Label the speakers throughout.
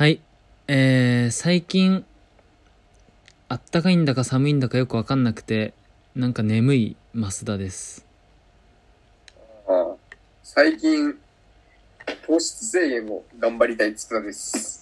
Speaker 1: はい。最近、あったかいんだか寒いんだかよくわかんなくて、なんか眠い増田です。
Speaker 2: 最近、糖質制限を頑張りたいつくだです。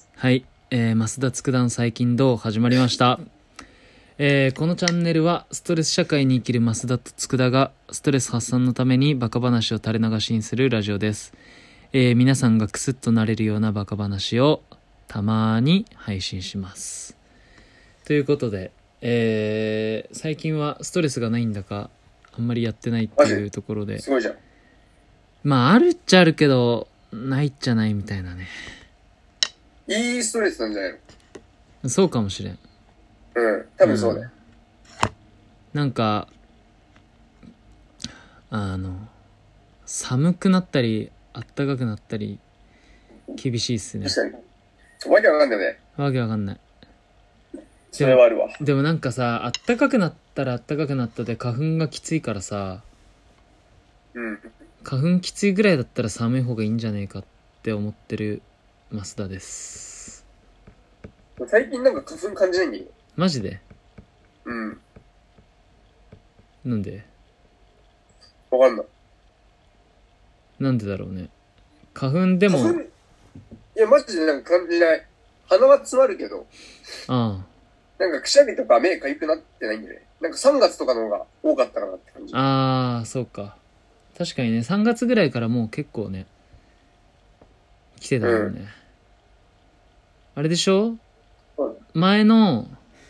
Speaker 1: はい。増田つくだん最近どう始まりました。このチャンネルはストレス社会に生きる増田とつくだがストレス発散のためにバカ話を垂れ流しにするラジオです。皆さんがクスッとなれるようなバカ話をたまに配信します。ということで、最近はストレスがないんだかあんまりやってないっていうところで、
Speaker 2: すごいじゃん。
Speaker 1: まああるっちゃあるけどないっちゃないみたいなね。
Speaker 2: いいストレスなんじゃないの？
Speaker 1: そうかもしれん。
Speaker 2: 多分そうだよ。
Speaker 1: なんか寒くなったりあったかくなったり厳しいっすね。
Speaker 2: 確かに。わけわかんないよね。
Speaker 1: わけわかんない。
Speaker 2: それはあるわ。
Speaker 1: でもなんかさ、あったかくなったらあったかくなったで花粉がきついからさ、花粉きついぐらいだったら寒い方がいいんじゃねえかって思ってる増田です。
Speaker 2: 最近なんか花粉感じないんだよ。
Speaker 1: マジで？
Speaker 2: うん
Speaker 1: なんで？
Speaker 2: わかんない。
Speaker 1: なんでだろうね。花粉でも、
Speaker 2: いやマジでなんか感じない。鼻は詰まるけど、なんかくしゃみとか目かゆくなってないんだよね。なんか3月とかの方が多かったかなって感じ。
Speaker 1: そうか。確かにね、3月ぐらいからもう結構ね、来てたもんね。あれでしょ？前の、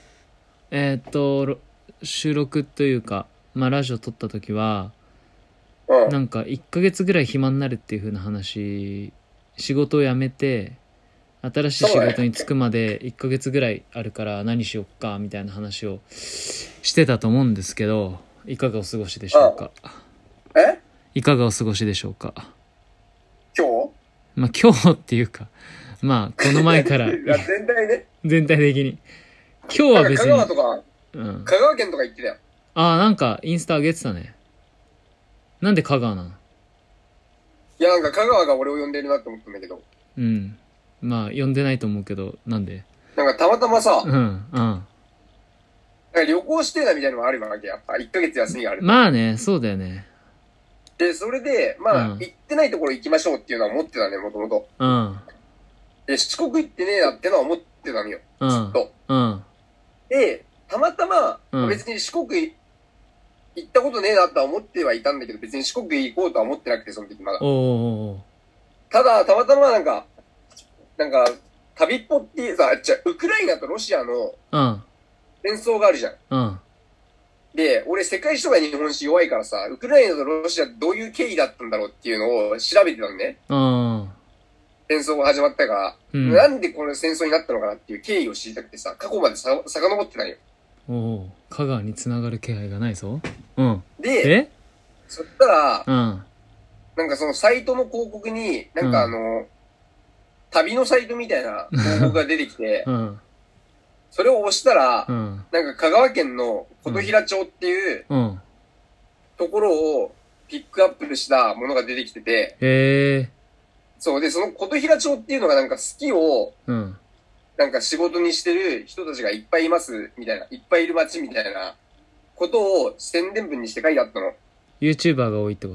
Speaker 1: 収録というか、ラジオ撮った時は、なんか1ヶ月ぐらい暇になるっていう風な話、仕事を辞めて、新しい仕事に就くまで1ヶ月ぐらいあるから何しよっかみたいな話をしてたと思うんですけど、いかがお過ごしでしょうか？いかがお過ごしでしょうか？
Speaker 2: 今日？
Speaker 1: 今日っていうか、この前から
Speaker 2: 全体ね。
Speaker 1: 全体的に今日は別に
Speaker 2: 香川とか、香川県とか行ってたよ。
Speaker 1: なんかインスタ上げてたね。なんで香川なの？
Speaker 2: いやなんか香川が俺を呼んでるなって思ったんだけど。
Speaker 1: 呼んでないと思うけど、なんで？
Speaker 2: なんかたまたまさ、なんか旅行してたみたいなのがあるわけやっぱ1ヶ月休みがある。
Speaker 1: まあね、そうだよね。
Speaker 2: でそれで行ってないところ行きましょうっていうのは思ってたね、もともと。で四国行ってねえなってのは思ってたのよ、ずっと。でたまたま、別に四国行ったことねえなとは思ってはいたんだけど、別に四国行こうとは思ってなくて、その時まだ。ただたまたまなんか旅っぽっていうさ、ウクライナとロシアの戦争があるじゃん。で、俺世界史とか日本史弱いからさ、ウクライナとロシアどういう経緯だったんだろうっていうのを調べてたのね。戦争が始まったから、なんでこの戦争になったのかなっていう経緯を知りたくてさ、過去まで遡ってないよ。
Speaker 1: 香川に繋がる気配がないぞ。
Speaker 2: で、そしたら、なんかそのサイトの広告に、なんか旅のサイトみたいな広告が出てきて、それを押したら、なんか香川県の琴平町っていうところをピックアップしたものが出てきてて、そうで、その琴平町っていうのがなんか好きを、なんか仕事にしてる人たちがいっぱいいますみたいな、いっぱいいる町みたいなことを宣伝文にして書いてあったの。
Speaker 1: YouTuber が多いってこと？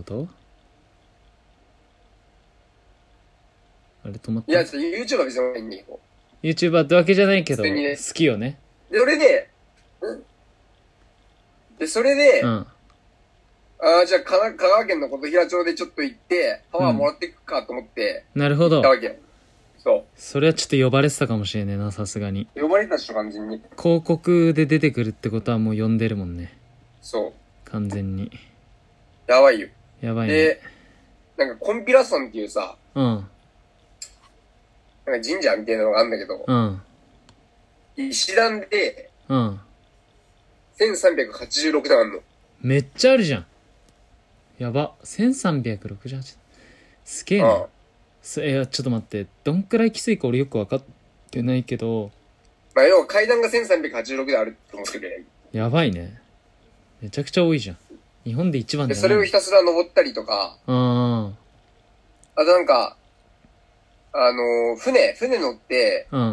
Speaker 1: あれ止まった？
Speaker 2: いや、YouTuber は別に多いんだけど。
Speaker 1: YouTuber ってわけじゃないけど、好きよね。
Speaker 2: で、それで、じゃあ香川県の琴平町でちょっと行って、パワーもらっていくかと思って、
Speaker 1: なるほど。
Speaker 2: 行ったわけ。そう。
Speaker 1: それはちょっと呼ばれてたかもしれねえな、さすがに。
Speaker 2: 呼ばれたっしょ、完全に。
Speaker 1: 広告で出てくるってことはもう呼んでるもんね。
Speaker 2: そう。
Speaker 1: 完全に。
Speaker 2: やばいよ。
Speaker 1: やばいね。
Speaker 2: で、なんかコンピラ山っていうさ、なんか神社みたいなのがあるんだけど、石段で、1386段あんの。
Speaker 1: めっちゃあるじゃん。やば。1368。すげえな。ちょっと待って。どんくらいきついか俺よく分かってないけど。
Speaker 2: 要は階段が1386であるって思ってくれ。
Speaker 1: やばいね。めちゃくちゃ多いじゃん。日本で一番じゃない。
Speaker 2: それをひたすら登ったりとか、あとなんか、 船乗って、
Speaker 1: うん。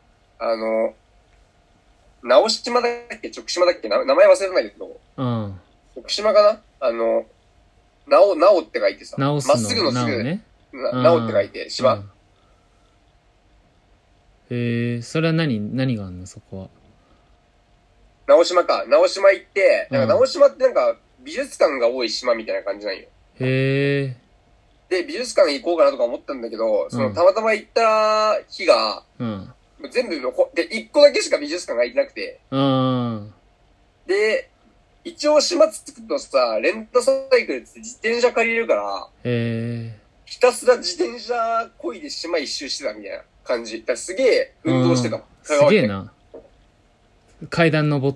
Speaker 2: 直島だっけ直島だっけ名前忘れたんだけど、
Speaker 1: うん。
Speaker 2: 徳島かななおって書いてさ、
Speaker 1: 直すの
Speaker 2: まっすぐのすぐ、
Speaker 1: ね、
Speaker 2: なおって書いて、島。
Speaker 1: それは何があんのそこは。
Speaker 2: 直島か。直島行って、なんか直島ってなんか美術館が多い島みたいな感じなんよ。
Speaker 1: へ
Speaker 2: ー。で、美術館行こうかなとか思ったんだけど、そのたまたま行った日が、
Speaker 1: うん。
Speaker 2: 全部、で、一個だけしか美術館が行ってなくて。
Speaker 1: うん。
Speaker 2: で、一応島着くとさ、レンタサイクルって自転車借りれるから、ひたすら自転車漕いで島一周してたみたいな感じ。だからすげえ運動してたもん。
Speaker 1: すげえな。階段登って、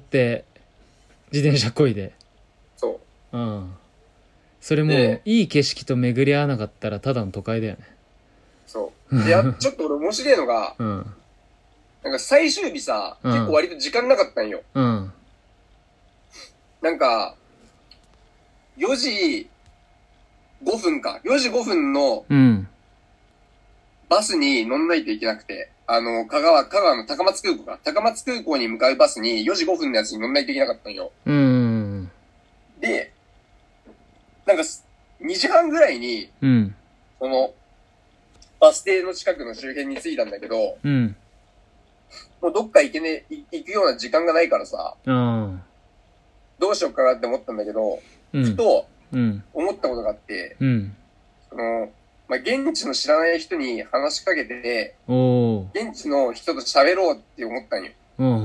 Speaker 1: 自転車漕いで。
Speaker 2: そう。
Speaker 1: うん。それもう、いい景色と巡り合わなかったらただの都会だよね。
Speaker 2: そう。で、ちょっと俺面白いのが、
Speaker 1: うん。
Speaker 2: なんか最終日さ、結構割と時間なかったんよ。
Speaker 1: うん。
Speaker 2: なんか、4時5分か。4時5分の、バスに乗んないといけなくて、香川の高松空港か。高松空港に向かうバスに4時5分のやつに乗んないといけなかったんよ。で、なんか、2時半ぐらいに、その、バス停の近くの周辺に着いたんだけど、もうどっか行くような時間がないからさ、どうしようかなって思ったんだけど、ふと、思ったことがあって、その、まあ、現地の知らない人に話しかけて、現地の人と喋ろうって思ったんよ。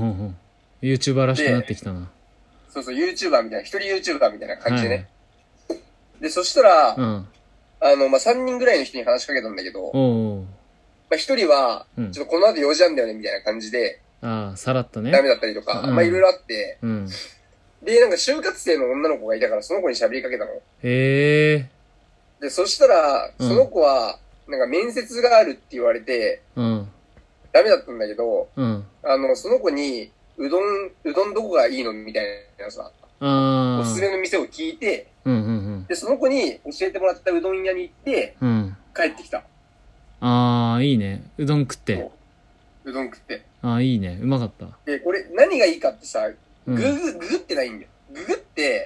Speaker 1: YouTuber らしくなってきたな。
Speaker 2: そうそう、YouTuber みたいな、一人 YouTuber みたいな感じでね。はい、で、そしたら、まあ、3人ぐらいの人に話しかけたんだけど、まあ、一人は、ちょっとこの後用事なんだよね、みたいな感じで、
Speaker 1: さらっとね。
Speaker 2: ダメだったりとか、まあいろいろあって、で、なんか就活生の女の子がいたから、その子に喋りかけたの。で、そしたら、その子は、なんか面接があるって言われて、ダメだったんだけど、その子に、うどんどこがいいのみたいなさ、おすすめの店を聞いて、で、その子に教えてもらったうどん屋に行って、帰ってきた。
Speaker 1: いいね。うどん食って。
Speaker 2: うどん食って。
Speaker 1: いいね。うまかった。
Speaker 2: で、これ、何がいいかってさ、ググってないんだよ。ググって、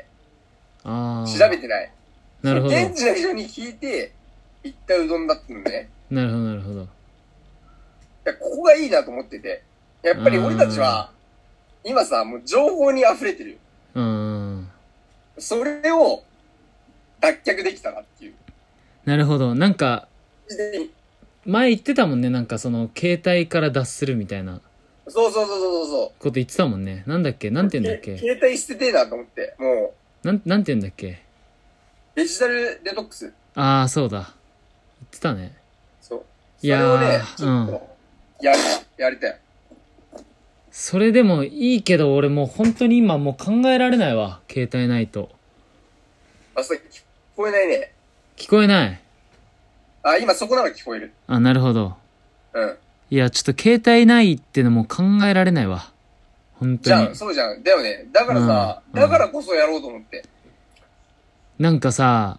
Speaker 2: 調べてない。
Speaker 1: なるほど。
Speaker 2: 現地の人に聞いて、行ったうどんだったのね。
Speaker 1: なるほど、なるほど。
Speaker 2: いや、ここがいいなと思ってて。やっぱり俺たちは、今さ、もう情報に溢れてるよ。それを、脱却できたなっていう。
Speaker 1: なるほど。なんか、前言ってたもんね。なんかその、携帯から脱するみたいな。
Speaker 2: そう。
Speaker 1: こと言ってたもんね。なんだっけなんて言うんだっけ
Speaker 2: 携帯捨ててえなと思って。も
Speaker 1: う。なんて言うんだっけ
Speaker 2: デジタルデトックス。
Speaker 1: そうだ。言ってたね。
Speaker 2: そう。それをね、ちょっと、やりたい。
Speaker 1: それでもいいけど、俺もう本当に今もう考えられないわ。携帯ないと。
Speaker 2: それ聞こえないね。
Speaker 1: 聞こえない。
Speaker 2: 今そこなら聞こえる。
Speaker 1: なるほど。いや、ちょっと携帯ないってのも考えられないわ。本当に。
Speaker 2: そうじゃん。だよね。だからさ、だからこそやろうと思って。
Speaker 1: なんかさ、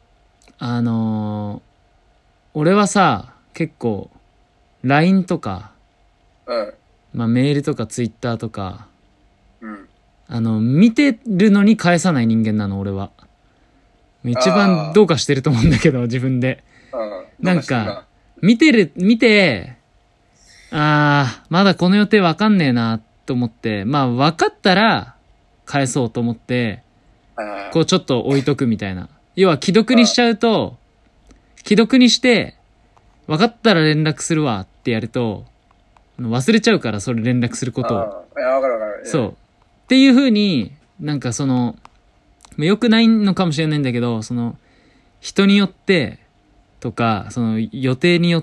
Speaker 1: 俺はさ、結構、LINE とか、まあメールとか Twitter とか、見てるのに返さない人間なの、俺は。一番どうかしてると思うんだけど、自分で。なんか、見て、まだこの予定わかんねえな、と思って、まあ分かったら、返そうと思って、こうちょっと置いとくみたいな。要は既読にしちゃうと、既読にして、分かったら連絡するわってやると、忘れちゃうから、それ連絡することを。
Speaker 2: わかる。
Speaker 1: そう。っていう風に、なんかその、良くないのかもしれないんだけど、その、人によって、とか、その予定によって、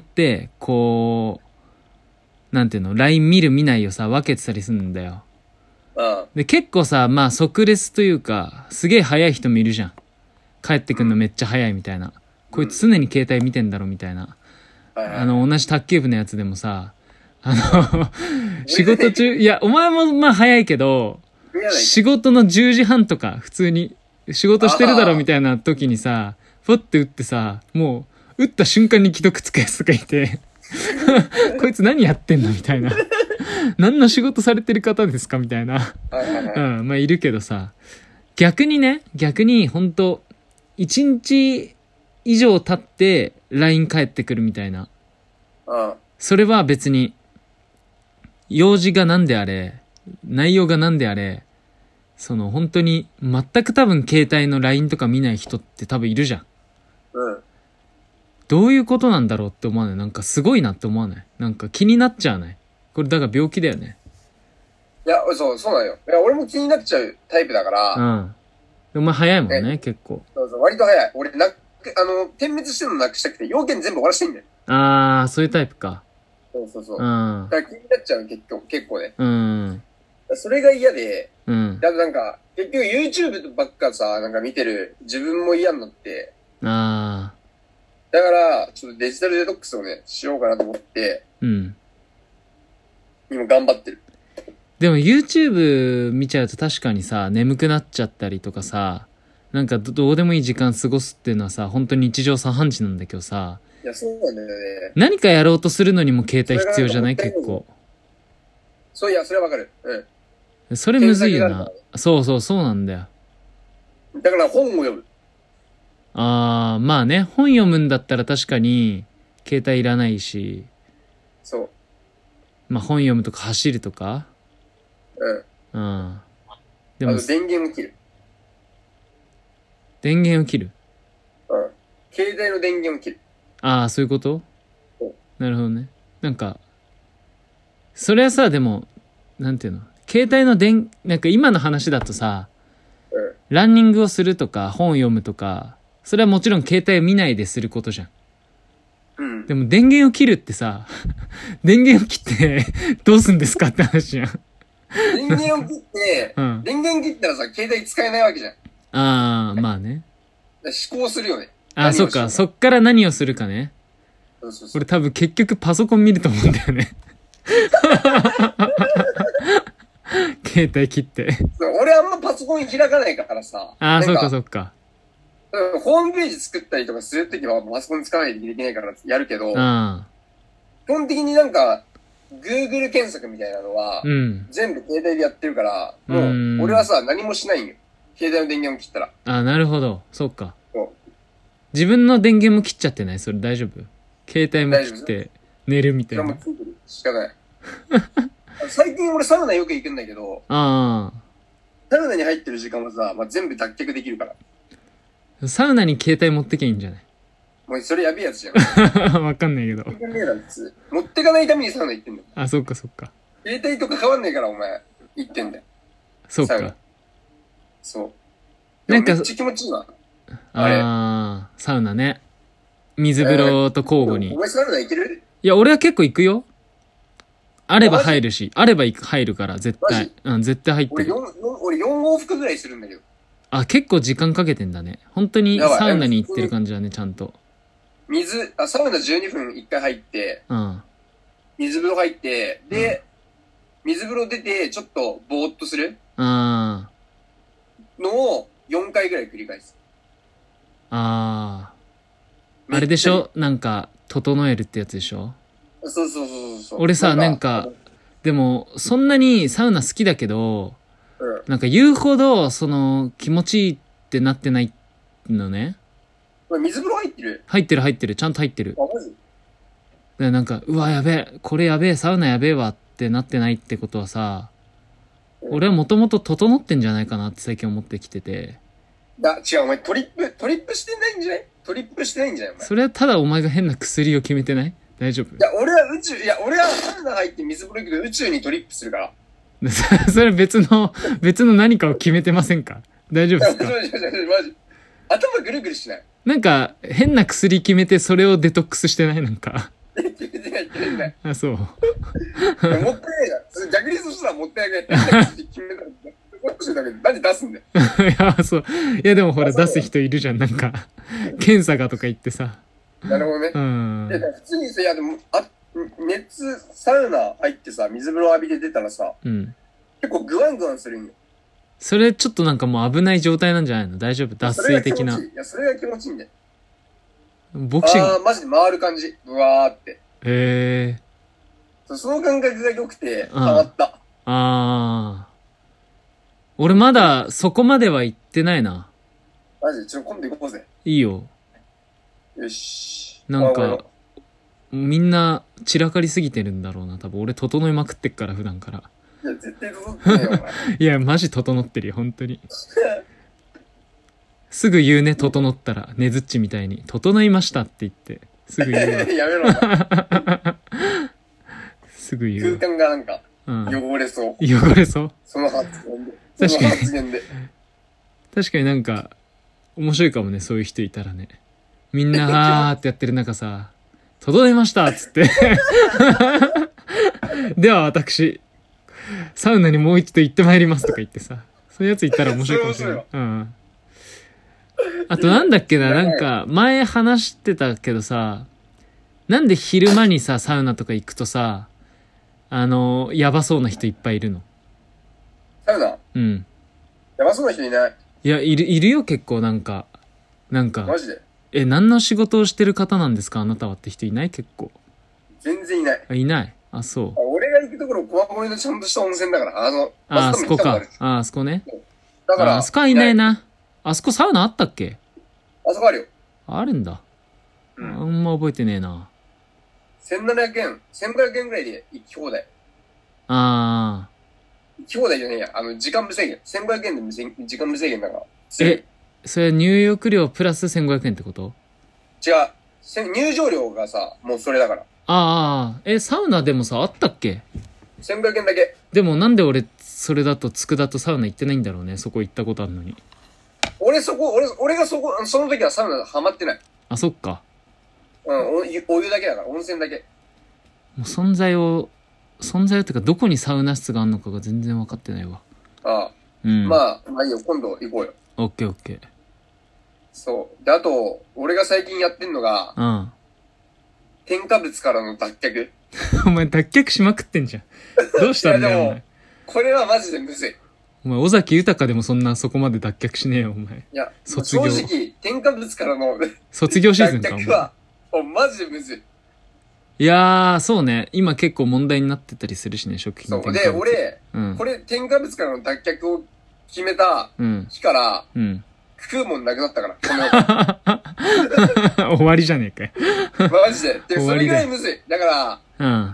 Speaker 1: こう、なんていうの、LINE 見る見ないをさ、分けてたりするんだよ。で、結構さ、まあ即レスというか、すげえ早い人もいるじゃん。帰ってくんのめっちゃ早いみたいな。こいつ常に携帯見てんだろみたいな。同じ卓球部のやつでもさ、仕事中、いや、お前もまあ早いけど、仕事の10時半とか、普通に仕事してるだろみたいな時にさ、ポッて打ってさ、もう、打った瞬間に既読つくやつとかいて、 こいつ何やってんのみたいな。何の仕事されてる方ですかみたいな。うん、まあいるけどさ。逆にほんと、1日以上経って LINE 返ってくるみたいな。それは別に、用事が何であれ、内容が何であれ、その本当に全く多分携帯の LINE とか見ない人って多分いるじゃん。どういうことなんだろうって思わない？なんかすごいなって思わない？なんか気になっちゃわない？これだから病気だよね。
Speaker 2: いや、そうなんよ。いや、俺も気になっちゃうタイプだから。
Speaker 1: うん。お前早いもんね、結構。
Speaker 2: そう、割と早い。俺点滅してるのなくしたくて、要件全部終わらしていいんだよ。
Speaker 1: あー、そういうタイプか。
Speaker 2: そう。
Speaker 1: うん。
Speaker 2: だから気になっちゃう結構ね。
Speaker 1: うん。
Speaker 2: それが嫌で、
Speaker 1: うん。
Speaker 2: だなんか、結局 YouTube ばっかさ、なんか見てる自分も嫌になって。
Speaker 1: あ
Speaker 2: ー。だから、ちょっとデジタルデトックスをね、しようかなと思って、
Speaker 1: うん。
Speaker 2: 今頑張ってる。
Speaker 1: でも YouTube 見ちゃうと確かにさ、眠くなっちゃったりとかさ、なんかどうでもいい時間過ごすっていうのはさ、本当に日常茶飯事なんだけどさ。
Speaker 2: いや、そうなんだよね。
Speaker 1: 何かやろうとするのにも携帯必要じゃない？結構。
Speaker 2: そういや、それはわかる。うん。
Speaker 1: それむずいよな。そうなんだよ。
Speaker 2: だから本を読む。
Speaker 1: あー、まあね、本読むんだったら確かに、携帯いらないし。
Speaker 2: そう。
Speaker 1: まあ本読むとか走るとか。
Speaker 2: うん。
Speaker 1: でも、
Speaker 2: 電源を切る。
Speaker 1: 電源を切る。
Speaker 2: うん。携帯の電源を切る。
Speaker 1: ああ、そういうこと？なるほどね。なんか、それはさ、でも、なんていうの？携帯のなんか今の話だとさ、ランニングをするとか、本を読むとか、それはもちろん携帯を見ないですることじゃん。
Speaker 2: うん。
Speaker 1: でも電源を切るってさ、電源を切ってどうすんですかって話じゃん。
Speaker 2: 電源を切って、電源切ったらさ、携帯使えないわけじゃん。
Speaker 1: ああ、まあね。
Speaker 2: 思考するよね。
Speaker 1: ああ、そっか。そっから何をするかね。
Speaker 2: そう。
Speaker 1: 俺多分結局パソコン見ると思うんだよね。携帯切って。
Speaker 2: 俺あんまパソコン開かないからさ。
Speaker 1: ああ、そっか。
Speaker 2: ホームページ作ったりとかするときはパソコン使わないといけないからやるけど、基本的になんか、Google 検索みたいなのは、全部携帯でやってるから、もう、俺はさ、何もしないんよ。携帯の電源を切ったら。
Speaker 1: ああ、なるほど。そっか。自分の電源も切っちゃってない？それ大丈夫？携帯も切って寝るみたいな。
Speaker 2: しかない。最近俺サウナよく行くんだけど、サウナに入ってる時間はさ、全部脱却できるから。
Speaker 1: サウナに携帯持ってけばいいんじゃない？
Speaker 2: もうそれやべえやつじゃん。
Speaker 1: わかんないけど。
Speaker 2: 持ってかないためにサウナ行ってんだよ。
Speaker 1: あ、そっか。携
Speaker 2: 帯とか変わんないからお前、行ってんだよ。
Speaker 1: そっか。
Speaker 2: そう。なんか、めっちゃ気持ちいいわ。
Speaker 1: サウナね。水風呂と交互に。
Speaker 2: お前サウナ行ける？
Speaker 1: いや、俺は結構行くよ。あれば入るし。あれば入るから、絶対。絶対入ってる。
Speaker 2: 俺4往復ぐらいするんだけど。
Speaker 1: あ、結構時間かけてんだね。本当にサウナに行ってる感じだね、ちゃんと。
Speaker 2: サウナ12分1回入って、水風呂入って、で、水風呂出て、ちょっとぼーっとするのを4回ぐらい繰り返す。
Speaker 1: あれでしょ？なんか、整えるってやつでしょ？
Speaker 2: そう。
Speaker 1: 俺さ、なんか、でも、そんなにサウナ好きだけど、なんか言うほど、気持ちいいってなってないのね。
Speaker 2: 水風呂入ってる？
Speaker 1: 入ってる。ちゃんと入ってる。
Speaker 2: マジ？
Speaker 1: で、なんか、うわ、やべえ、これやべえ、サウナやべえわってなってないってことはさ、俺はもともと整ってんじゃないかなって最近思ってきてて。
Speaker 2: 違う、お前トリップしてないんじゃない？トリップしてないんじゃない？お前。
Speaker 1: それはただお前が変な薬を決めてない？大丈夫？
Speaker 2: 俺はサウナ入って水風呂行くけど宇宙にトリップするから。
Speaker 1: それ別の何かを決めてませんか？大丈夫ですか？
Speaker 2: マジ。頭ぐるぐるしない？
Speaker 1: なんか、変な薬決めてそれをデトックスしてない？なんか。
Speaker 2: 決めてない。
Speaker 1: あ、そう。
Speaker 2: もったいないじゃん。逆にそしたらもったいない。決めたら、何出すんだよ。
Speaker 1: いや、そう。いや、でもほら、出す人いるじゃん。なんか、検査がとか言ってさ。
Speaker 2: なるほどね。普通にさ、いやでも、サウナ入ってさ、水風呂浴びて出たらさ、結構グワングワンするんよ。
Speaker 1: それちょっとなんかもう危ない状態なんじゃないの？大丈夫？脱水的な。
Speaker 2: いや、それが気持ちいいんだよ。
Speaker 1: ボクシング。
Speaker 2: マジで回る感じ。ブワーって。
Speaker 1: へえ。
Speaker 2: その感覚が良くて、ハマった。
Speaker 1: ああ。俺まだそこまでは行ってないな。
Speaker 2: マジで、今度行こうぜ。
Speaker 1: いいよ。
Speaker 2: よし。
Speaker 1: なんか、みんな散らかりすぎてるんだろうな。多分俺整いまくってっから普段から。
Speaker 2: いや、絶対整ってないよ、お前。
Speaker 1: いや、マジ整ってるよ、本当に。すぐ言うね、整ったら。ねずっちみたいに。整いましたって言って。すぐ言うわ。
Speaker 2: やめろ。
Speaker 1: すぐ言う。
Speaker 2: 空間がなんか、汚れそう。
Speaker 1: 汚れそう
Speaker 2: その発言で。
Speaker 1: 確かに。
Speaker 2: 発言で。
Speaker 1: 確かになんか、面白いかもね、そういう人いたらね。みんな、ーってやってる中さ、整いましたっつって。では私、サウナにもう一度行ってまいりますとか言ってさ。そういうやついたら面白いかもしれない。うん。あとなんだっけな、なんか、前話してたけどさ、なんで昼間にさ、サウナとか行くとさ、やばそうな人いっぱいいるの？
Speaker 2: サウナ？
Speaker 1: うん。
Speaker 2: やばそうな人いない？
Speaker 1: いや、いるよ、結構なんか。マ
Speaker 2: ジで？
Speaker 1: 何の仕事をしてる方なんですかあなたはって人いない？結構。
Speaker 2: 全然いない。
Speaker 1: いない。あ、そう。
Speaker 2: 俺が行くところ、小箱のちゃんとした温泉だから、
Speaker 1: あそこか。あそこね。
Speaker 2: だから、
Speaker 1: あそこはいないな。あそこサウナあったっけ？
Speaker 2: あそこあるよ。
Speaker 1: あるんだ。あんま覚えてねえな。
Speaker 2: 1700円、1500円ぐらいで行き放題。
Speaker 1: あ
Speaker 2: 行き放題じゃねえや。時間無制限。1500円で時間無制限だから。
Speaker 1: それ入浴料プラス1500円ってこと？
Speaker 2: 違う。入場料がさ、もうそれだから。
Speaker 1: サウナでもさ、あったっけ？
Speaker 2: 1500 円だけ。
Speaker 1: でもなんで俺、それだと佃とサウナ行ってないんだろうね。そこ行ったことあるのに。
Speaker 2: 俺がその時はサウナハマってない。
Speaker 1: あ、そっか。
Speaker 2: お湯だけだから、温泉だけ。
Speaker 1: もう存在をっていうか、どこにサウナ室があるのかが全然分かってないわ。
Speaker 2: ああ。
Speaker 1: うん。
Speaker 2: まあいいよ、今度行こうよ。
Speaker 1: オッケーオッケー。
Speaker 2: そう。で、あと、俺が最近やってんのが、添加物からの脱却。
Speaker 1: お前脱却しまくってんじゃん。どうしたんだよ、お前。
Speaker 2: これはマジでむずい。
Speaker 1: お前、尾崎豊でもそこまで脱却しねえよ、お前。
Speaker 2: いや、正直、添加物からの
Speaker 1: 卒業シーズンか。
Speaker 2: 脱却は、マジでむずい。
Speaker 1: いやー、そうね。今結構問題になってたりするしね、食品
Speaker 2: 添加物。そう。で、俺、これ、添加物からの脱却を決めた日から、食うもんなくなったから、
Speaker 1: 終わりじゃねえかよ。
Speaker 2: マジで。で、それぐらいむずい。だから、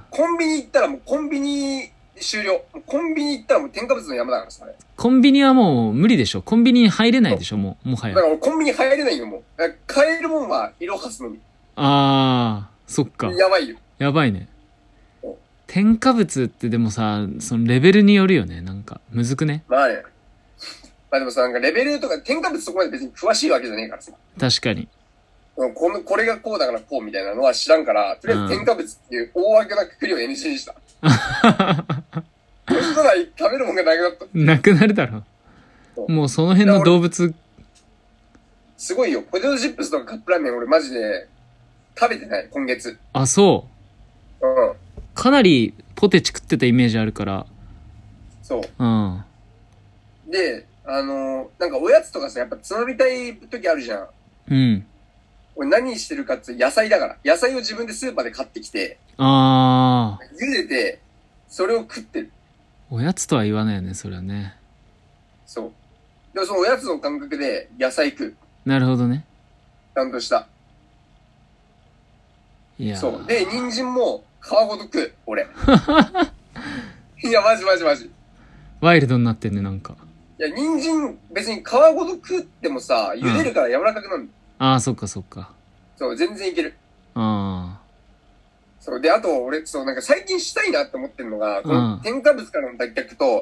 Speaker 2: コンビニ行ったらもうコンビニ終了。コンビニ行ったらもう添加物の山だからさ、あれ。
Speaker 1: コンビニはもう無理でしょ。コンビニに入れないでしょ、もはや。
Speaker 2: だから俺コンビニ入れないよ、もう。買えるもんは色はすのみ。
Speaker 1: そっか。
Speaker 2: やばいよ。
Speaker 1: やばいね。添加物ってでもさ、そのレベルによるよね、なんか。むずくね。
Speaker 2: まあね。まあでもさ、なんかレベルとか添加物そこまで別に詳しいわけじゃねえからさ。
Speaker 1: 確かに。
Speaker 2: これがこうだからこうみたいなのは知らんから、とりあえず添加物っていう大枠なくくりを NG にした。そしたら食べるもんがなくなった。
Speaker 1: なくなるだろ。もうその辺の動物。
Speaker 2: すごいよ。ポテトチップスとかカップラーメン俺マジで食べてない、今月。
Speaker 1: あ、そう。かなりポテチ食ってたイメージあるから。
Speaker 2: そう。で、なんかおやつとかさ、やっぱつまみたい時あるじゃん。俺何してるかって野菜だから。野菜を自分でスーパーで買ってきて。茹でて、それを食ってる。
Speaker 1: おやつとは言わないよね、それはね。
Speaker 2: そう。でもそのおやつの感覚で野菜食う。
Speaker 1: なるほどね。
Speaker 2: ちゃんとした。
Speaker 1: いや。
Speaker 2: そう。で、人参も皮ごと食う、俺。いや、マジ。
Speaker 1: ワイルドになってんね、なんか。
Speaker 2: いや、人参別に皮ごと食ってもさ、茹でるから柔らかくなる。
Speaker 1: そっか。そう、
Speaker 2: 全然いける。そう。で、あと、俺、なんか最近したいなって思ってるのが、この添加物からの脱却と、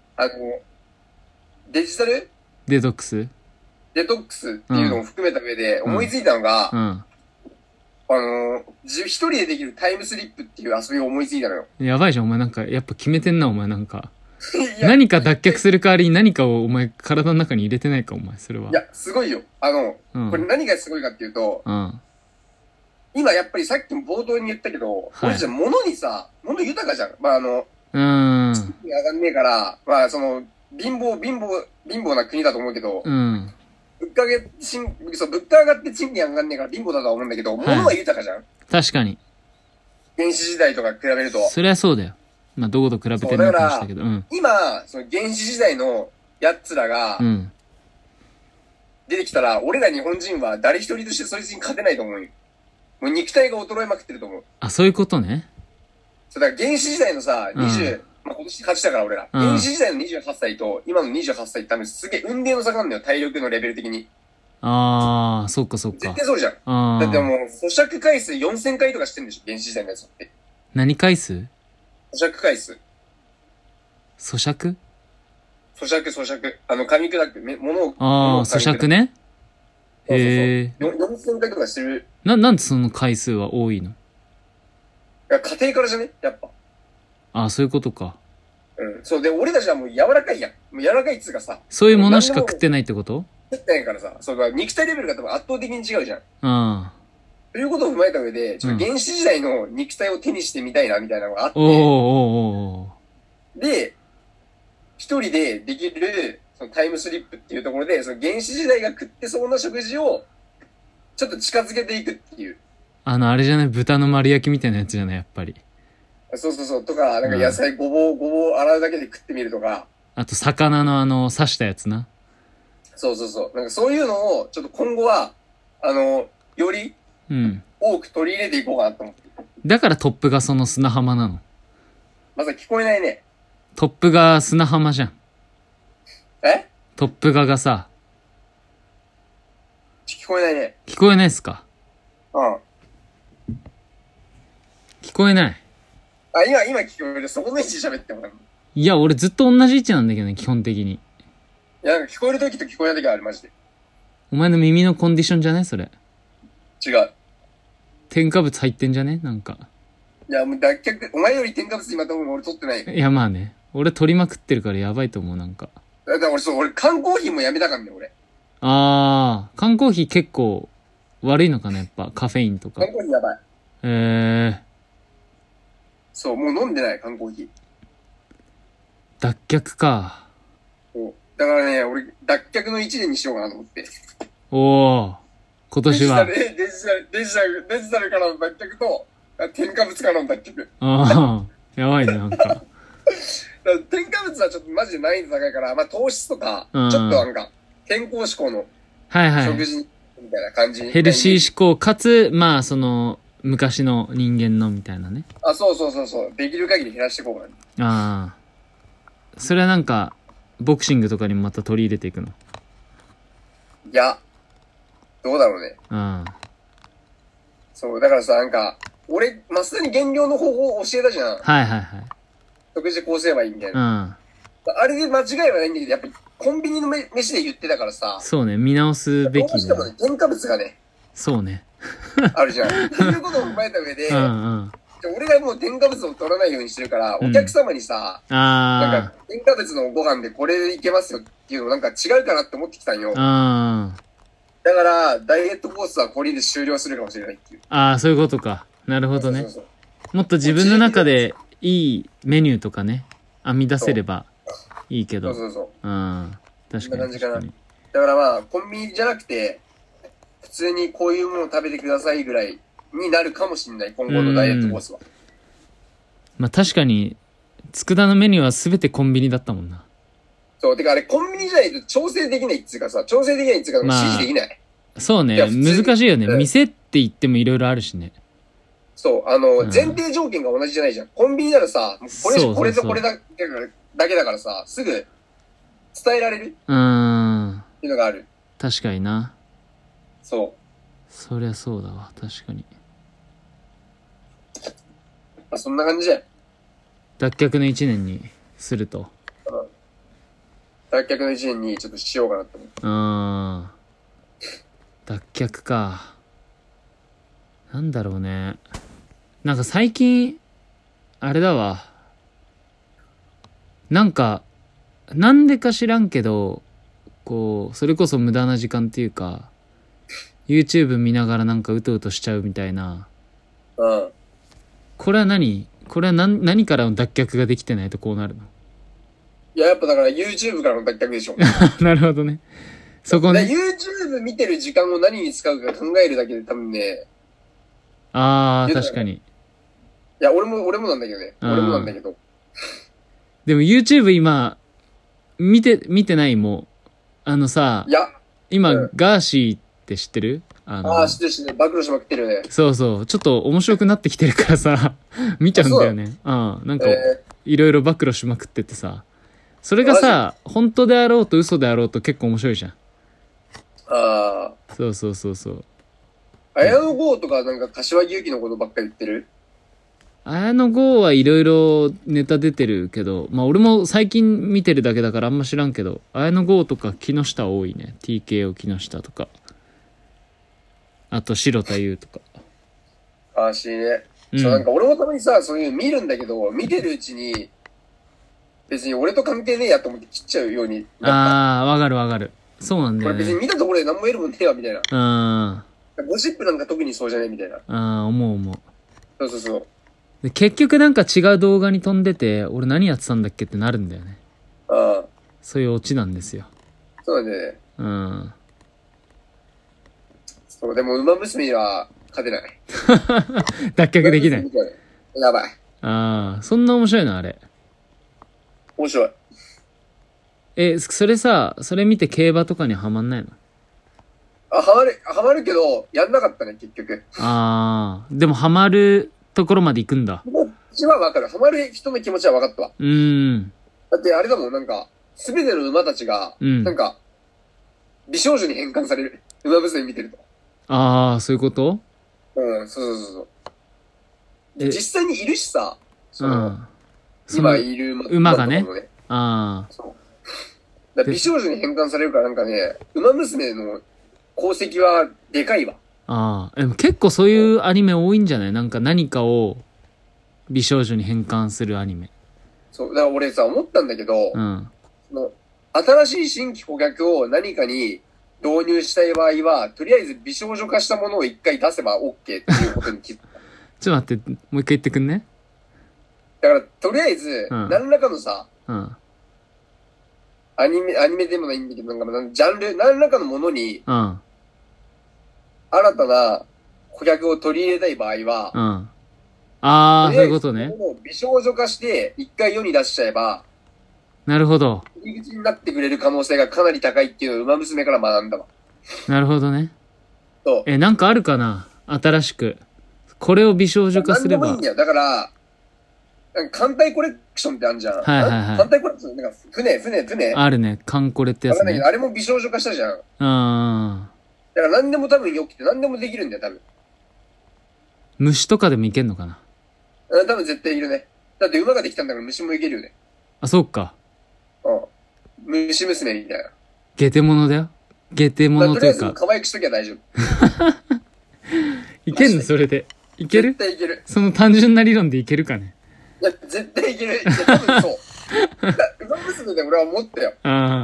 Speaker 2: デジタル
Speaker 1: デトックス
Speaker 2: っていうのを含めた上で思いついたのが、一人でできるタイムスリップっていう遊びを思いついたのよ。
Speaker 1: やばいじゃん、お前なんか、やっぱ決めてんな、お前なんか。何か脱却する代わりに何かをお前体の中に入れてないか、お前、それは。
Speaker 2: いや、すごいよ。これ何がすごいかっていうと、今やっぱりさっきも冒頭に言ったけど、俺じゃ物豊かじゃん。まあ賃金上がんねえから、まあ貧乏な国だと思うけど、物価上がって賃金上がんねえから貧乏だとは思うんだけど、物は豊かじゃん。
Speaker 1: 確かに。
Speaker 2: 原始時代とか比べると。
Speaker 1: そりゃそうだよ。まあ、どこと比べてるのかもしたけど。うん。
Speaker 2: 今、その原始時代のやつらが、出てきたら、俺ら日本人は誰一人としてそいつに勝てないと思うよ。もう肉体が衰えまくってると思う。
Speaker 1: あ、そういうことね。
Speaker 2: そうだから原始時代のさ、20、まあ、今年勝ちだから俺ら。原始時代の28歳と今の28歳って多分すげえ運命の差があるんだよ、体力のレベル的に。
Speaker 1: ああ、そっかそっか。
Speaker 2: 絶対そうじゃん。だってもう、咀嚼回数4000回とかしてんでしょ、原始時代のやつって。
Speaker 1: 何回数？
Speaker 2: 咀嚼回数。
Speaker 1: 咀嚼？
Speaker 2: 咀嚼。噛み砕く、物を。
Speaker 1: ああ、咀嚼ね。
Speaker 2: へえ。4000回とかしてる。
Speaker 1: なんでその回数は多いの？
Speaker 2: いや、家庭からじゃねやっぱ。
Speaker 1: ああ、そういうことか。
Speaker 2: うん。そう、で、俺たちはもう柔らかいやん。もう柔らかいっつうかさ。
Speaker 1: そういうものしか食ってないってこと？
Speaker 2: 食ってないからさ。そうだ、肉体レベルが多分圧倒的に違うじゃん。
Speaker 1: うん。
Speaker 2: ということを踏まえた上で、ちょっと原始時代の肉体を手にしてみたいな、みたいなのがあって。で、一人でできる、そのタイムスリップっていうところで、その原始時代が食ってそうな食事を、ちょっと近づけていくっていう。
Speaker 1: あれじゃない、豚の丸焼きみたいなやつじゃない、やっぱり。
Speaker 2: そう。とか、なんか野菜、ごぼう洗うだけで食ってみるとか。
Speaker 1: あと、魚の刺したやつな。
Speaker 2: そう。なんかそういうのを、ちょっと今後は、より、多く取り入れていこうかなと思って。
Speaker 1: だからトップがその砂浜なの。
Speaker 2: まさ聞こえないね。
Speaker 1: トップが砂浜じゃん。
Speaker 2: え？
Speaker 1: トップがさ。
Speaker 2: 聞こえないね。
Speaker 1: 聞こえないっすか？
Speaker 2: うん。
Speaker 1: 聞こえない。
Speaker 2: あ、今聞こえる。そこの位置喋ってもらう。
Speaker 1: いや、俺ずっと同じ位置なんだけどね、基本的に。
Speaker 2: いや、なんか聞こえる時と聞こえない時ある、マジで。
Speaker 1: お前の耳のコンディションじゃねそれ。
Speaker 2: 違う。
Speaker 1: 添加物入ってんじゃねなんか。
Speaker 2: いや、もう脱却、お前より添加物今多分俺取ってないよ。
Speaker 1: いや、まあね。俺取りまくってるからやばいと思う、なんか。
Speaker 2: だから俺缶コーヒーもやめたからね、俺。
Speaker 1: 缶コーヒー結構悪いのかな、やっぱ。カフェインとか。
Speaker 2: 缶コーヒーやばい。そう、もう飲んでない、缶コーヒー。
Speaker 1: 脱却か。
Speaker 2: そう。だからね、俺、脱却の1年にしようかなと思って。
Speaker 1: 今年は。
Speaker 2: デジタルからの脱却と、添加物からの脱却。
Speaker 1: やばいね、なんか。
Speaker 2: 添加物はちょっとマジで難易度高いから、まあ糖質とか、ちょっとなんか、健康志向の食事みたいな感じ。
Speaker 1: ヘルシー志向かつ、まあその、昔の人間のみたいなね。
Speaker 2: そう。できる限り減らしていこうか
Speaker 1: な。それはなんか、ボクシングとかにもまた取り入れていくの？
Speaker 2: いや、どうだろうね。そう、だからさ、なんか、俺、増田に減量の方法を教えたじゃん。食事こうすればいいみたいな。あれで間違いはないんだけど、やっぱりコンビニの飯で言ってたからさ。
Speaker 1: そうね、見直すべきだ。
Speaker 2: どうしてもね、添加物がね。
Speaker 1: そうね。
Speaker 2: あるじゃん。っていうことを踏まえた上で、俺がもう添加物を取らないようにしてるから、お客様にさ、なんか、添加物のご飯でこれいけますよっていうのなんか違うかなって思ってきたんよ。だから、ダイエットコースはこれで終了するかもしれないっていう。
Speaker 1: そういうことか。なるほどね。もっと自分の中でいいメニューとかね、編み出せればいいけど。
Speaker 2: 確かに。
Speaker 1: 確かに。
Speaker 2: だからまあ、コンビニじゃなくて、普通にこういうものを食べてくださいぐらいになるかもしれない、今後のダイエットコースは。
Speaker 1: まあ確かに、佃のメニューは全てコンビニだったもんな。
Speaker 2: そう、てかあれコンビニじゃないと調整できないっつうかさ、指示できない。
Speaker 1: そうね、難しいよね。店って言ってもいろいろあるしね。
Speaker 2: そう、前提条件が同じじゃないじゃん。コンビニならさ、これとこれだけだからさ、すぐ伝えられるっていうのがある。
Speaker 1: 確かにな。
Speaker 2: そう。
Speaker 1: そりゃそうだわ、確かに。
Speaker 2: そんな感じじゃん。
Speaker 1: 脱却の1年にすると。
Speaker 2: 脱却の1年にちょっとしようかなと思って。
Speaker 1: 脱却か。なんだろうね。なんか最近、あれだわ。なんか、なんでか知らんけど、こう、それこそ無駄な時間っていうか、YouTube 見ながらなんかうとうとしちゃうみたいな。これは何からの脱却ができてないとこうなるの？
Speaker 2: いや、やっぱだから YouTube からの脱却でしょ。
Speaker 1: なるほどね。そこね。
Speaker 2: YouTube 見てる時間を何に使うか考えるだけで多分ね。
Speaker 1: 確かに。
Speaker 2: いや、俺もなんだけどね。俺もなんだけど。
Speaker 1: でも YouTube 今、見てないもん。さ、
Speaker 2: いや、
Speaker 1: 今、ガーシーって知ってる？
Speaker 2: 知ってるしね、暴露しまくってるよね。
Speaker 1: そうそう。ちょっと面白くなってきてるからさ、見ちゃうんだよね。なんか、いろいろ暴露しまくっててさ。それがさ、本当であろうと嘘であろうと結構面白いじゃん。そうそうそうそう。
Speaker 2: 綾野剛とかなんか柏木由紀のことばっかり言ってる？
Speaker 1: 綾野剛はいろいろネタ出てるけど、まあ俺も最近見てるだけだからあんま知らんけど、綾野剛とか木下多いね。TKO 木下とか。あと白田優とか。
Speaker 2: ね。そう、なんか俺もたまにさ、そういうの見るんだけど、見てるうちに、別に俺と関係ねえやと思って切っちゃうようになった。
Speaker 1: わかるわかる。そうなんだよね。
Speaker 2: これ別に見たところで何も得るもんねえわ、みたいな。ゴシップなんか特にそうじゃねえみたいな。
Speaker 1: 思う。
Speaker 2: そうそうそう。
Speaker 1: で結局なんか違う動画に飛んでて、俺何やってたんだっけってなるんだよね。そういうオチなんですよ。
Speaker 2: そうだね。そう、でも馬娘は勝てない。
Speaker 1: 脱却できない。
Speaker 2: やばい。
Speaker 1: そんな面白いのあれ。
Speaker 2: 面白い。
Speaker 1: それさ、それ見て競馬とかにはまんないの？
Speaker 2: はまるけど、やんなかったね、結局。
Speaker 1: でもはまるところまで行くんだ。
Speaker 2: こっちはわかる。はまる人の気持ちはわかったわ。だってあれだもん、なんか、すべての馬たちが、なんか、美少女に変換される。馬娘見てると。
Speaker 1: そういうこと？
Speaker 2: そう。実際にいるしさ、今いる
Speaker 1: 馬がね。
Speaker 2: そう美少女に変換されるからなんかね、馬娘の功績はでかいわ。
Speaker 1: でも結構そういうアニメ多いんじゃない？なんか何かを美少女に変換するアニメ。
Speaker 2: そう、だから俺さ、思ったんだけど、新しい新規顧客を何かに導入したい場合は、とりあえず美少女化したものを一回出せば OK っていうことに気づいた。
Speaker 1: ちょっと待って、もう一回言ってくんね。
Speaker 2: だから、とりあえず、何らかのさ、アニメでもないんだけど、なんか、ジャンル、何らかのものに、新たな顧客を取り入れたい場合は、
Speaker 1: そういうことね。
Speaker 2: 美少女化して、一回世に出しちゃえば、
Speaker 1: なるほど。
Speaker 2: 入り口になってくれる可能性がかなり高いっていうのを馬娘から学んだわ。
Speaker 1: なるほどね。
Speaker 2: そう。
Speaker 1: なんかあるかな？新しく。これを美少女化すれば。
Speaker 2: なんでもいいんだよ。だから、艦隊コレクションってあるじゃん。艦隊コレクション、なんか船。あ
Speaker 1: るね。艦コレってやつね。
Speaker 2: あれも美少女化したじゃん。だから何でも多分良くて何でもできるんだよ、多分。
Speaker 1: 虫とかでもいけんのかな？
Speaker 2: 多分絶対いるね。だって馬ができたんだから虫もいけるよね。
Speaker 1: そうか。
Speaker 2: 虫娘みたいな。
Speaker 1: ゲテモノだよ。ゲテモノというか。
Speaker 2: とりあえず可愛くしときゃ大丈夫。
Speaker 1: いけんのそれで。いける？
Speaker 2: 絶対いける。
Speaker 1: その単純な理論でいけるかね。
Speaker 2: いや、絶対いける。いや、多分そう。馬娘で俺は思ったよ。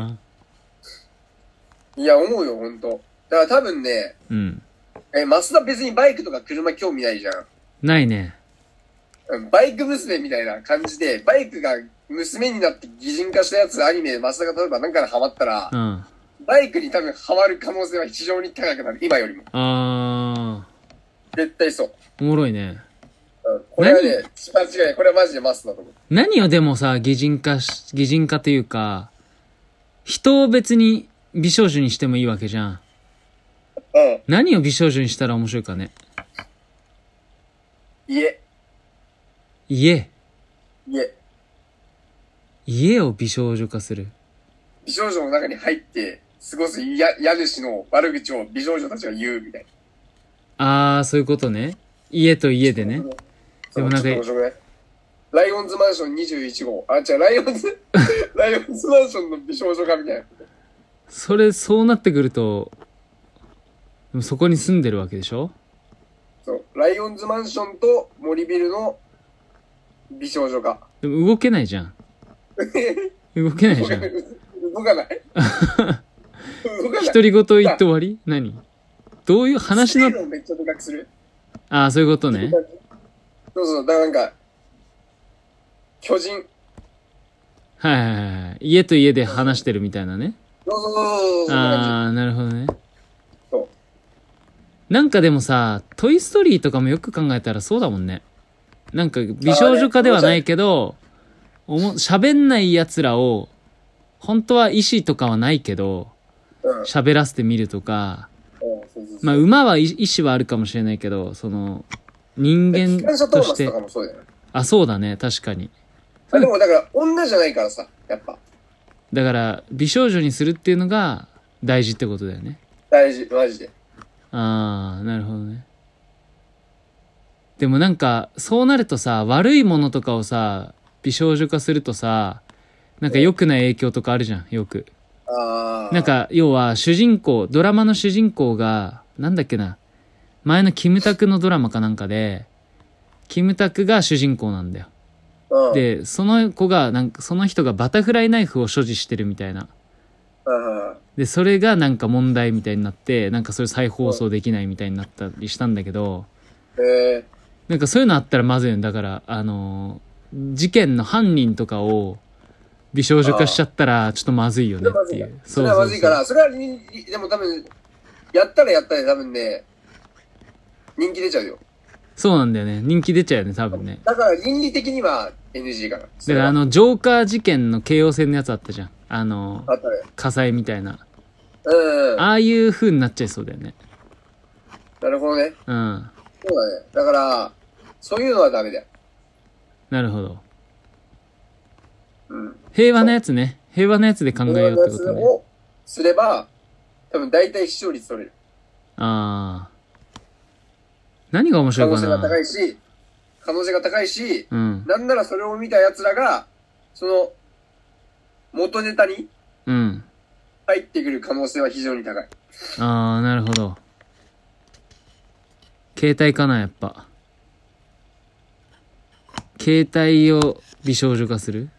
Speaker 2: いや、思うよ、ほんと。だから多分ね、増田別にバイクとか車興味ないじゃん。
Speaker 1: ないね。
Speaker 2: バイク娘みたいな感じで、バイクが娘になって擬人化したやつアニメで増田が例えば何かでハマったら、バイクに多分ハマる可能性は非常に高くなる、今よりも。絶対そう。
Speaker 1: おもろいね。
Speaker 2: これはね、間違いない。これはマジでマスだと思う。
Speaker 1: 何をでもさ、擬人化というか、人を別に美少女にしてもいいわけじゃん。何を美少女にしたら面白いかね。家を美少女化する。
Speaker 2: 美少女の中に入って過ごす家主の悪口を美少女たちが言うみたい
Speaker 1: な。そういうことね。家と家でね。でもなんか、
Speaker 2: ライオンズマンション21号。違う、ライオンズマンションの美少女化みたいな。
Speaker 1: そうなってくると、でもそこに住んでるわけでしょ？
Speaker 2: そう。ライオンズマンションと森ビルの美少女化。
Speaker 1: でも動けないじゃん。動けないじゃん。
Speaker 2: 動かない。
Speaker 1: 独り言言って終わり？何？どういう話の。
Speaker 2: めっちゃでかくする。
Speaker 1: そういうことね。
Speaker 2: そう。だからなんか、巨人。
Speaker 1: 家と家で話してるみたいなね。
Speaker 2: そう。
Speaker 1: なるほどね。そう。なんかでもさ、トイストーリーとかもよく考えたらそうだもんね。 なんか美少女化ではないけど、喋んない奴らを、本当は意思とかはないけど、喋らせてみるとか、まあ馬は意思はあるかもしれないけど、その、人間として。あ、そうだね、確かに。
Speaker 2: でもだから女じゃないからさ、やっぱ。
Speaker 1: だから美少女にするっていうのが大事ってことだよね。
Speaker 2: 大事、マジで。
Speaker 1: ああ、なるほどね。でもなんかそうなるとさ、悪いものとかをさ美少女化するとさ、なんか良くない影響とかあるじゃん、よく。なんか要は主人公、ドラマの主人公がなんだっけな、前のキムタクのドラマかなんかでキムタクが主人公なんだよ。でその子がなんかその人がバタフライナイフを所持してるみたいな。でそれがなんか問題みたいになって、なんかそれ再放送できないみたいになったりしたんだけど、なんかそういうのあったらまずいよ。だから事件の犯人とかを美少女化しちゃったらちょっとまずいよねっていう。
Speaker 2: それはまずいから、それはでも多分やったら多分ね、人気出ちゃうよ。そう
Speaker 1: なんだよね、人気出ちゃうよね多分ね。
Speaker 2: だから倫理的には NG かな。だか
Speaker 1: らジョーカー事件の京王線のやつあったじゃん、火災みたいな。ああいう風になっちゃいそうだよね。
Speaker 2: なるほどね。そうだね。だからそういうのはダメだよ。
Speaker 1: なるほど。平和なやつね。平和なやつで考えようってことね。平和なやつを
Speaker 2: すれば多分大体視聴率取れる。
Speaker 1: ああ。何が面白いかな。
Speaker 2: 可能性が高いし、なんならそれを見た奴らがその元ネタに入ってくる可能性は非常に高い。
Speaker 1: ああ、なるほど。携帯かな、やっぱ。携帯を美少女化する？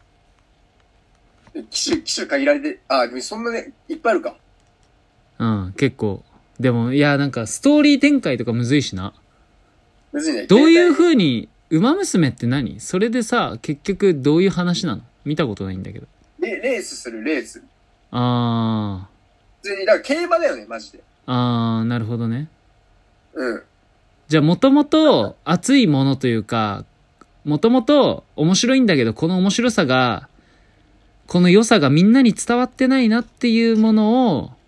Speaker 2: 機種限られて、でもそんなね、いっぱいあるか。
Speaker 1: 結構。でも、いや、なんか、ストーリー展開とかむずいしな。
Speaker 2: むずいね。
Speaker 1: どういう風に、ウマ娘って何？それでさ、結局どういう話なの？見たことないんだけど。
Speaker 2: レースする、レース。
Speaker 1: あ
Speaker 2: 普通に、だから競馬だよね、マジで。
Speaker 1: なるほどね。じゃあ、もともと熱いものというか、もともと面白いんだけど、この面白さが、この良さがみんなに伝わってないなっていうものを、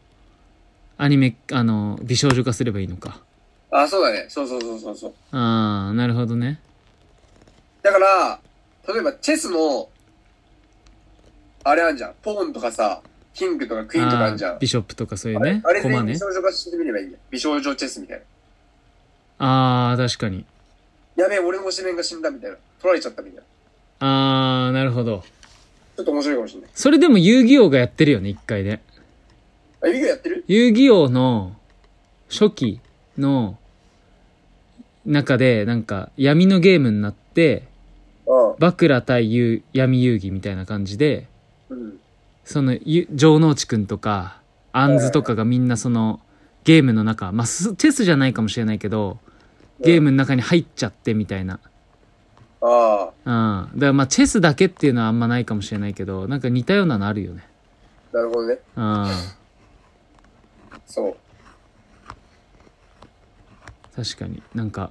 Speaker 1: 美少女化すればいいのか。
Speaker 2: そうだね。そう。
Speaker 1: なるほどね。
Speaker 2: だから、例えばチェスの、あれあんじゃん。ポーンとかさ、キングとかクイーンとかあんじゃん。
Speaker 1: ビショップとかそういうね。
Speaker 2: あれで美少女化してみればいいんだよ。美少女チェスみたい
Speaker 1: な。確かに。
Speaker 2: やべえ、俺の推しメンが死んだみたいな。取られちゃったみたいな。
Speaker 1: なるほど。
Speaker 2: ちょっと面白いかもしれない。
Speaker 1: それでも遊戯王がやってるよね、一回で。
Speaker 2: 遊戯王やってる？
Speaker 1: 遊戯王の初期の中でなんか闇のゲームになって、バクラ対闇遊戯みたいな感じで、その城之内くんとかアンズとかがみんなそのゲームの中、まあチェスじゃないかもしれないけど、ゲームの中に入っちゃってみたいな。だからまあチェスだけっていうのはあんまないかもしれないけど、なんか似たようなのあるよね。
Speaker 2: なるほどね。そう。
Speaker 1: 確かになんか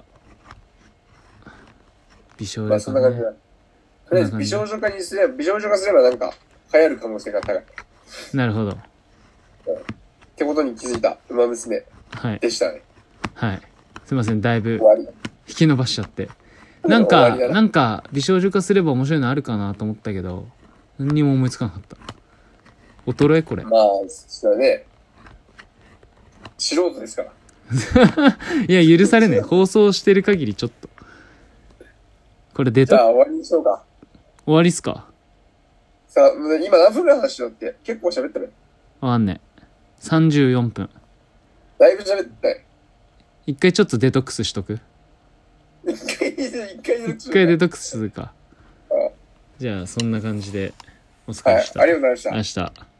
Speaker 1: 美少女化、
Speaker 2: そんな感じだ。とりあえず美少女化すればなんか流行る可能性が高い。
Speaker 1: なるほど。
Speaker 2: ってことに気づいたウマ娘でしたね。
Speaker 1: はい。すいません、だいぶ引き伸ばしちゃって。なんか美少女化すれば面白いのあるかなと思ったけど、何にも思いつかなかった。衰えこれ。
Speaker 2: そうだね。素人ですから。
Speaker 1: いや、許されない。放送してる限りちょっと。これ
Speaker 2: じゃあ終わりにしようか。
Speaker 1: 終わりっすか？
Speaker 2: さあ、今何分ぐらい話しようって。結構喋ってる？
Speaker 1: わかんねえ。34分。
Speaker 2: だいぶ喋ったよ。
Speaker 1: 一回ちょっとデトックスしとく？
Speaker 2: 一回
Speaker 1: デトックスするか。じゃあそんな感じでお疲れでした。
Speaker 2: ありがとうございました。
Speaker 1: 明日。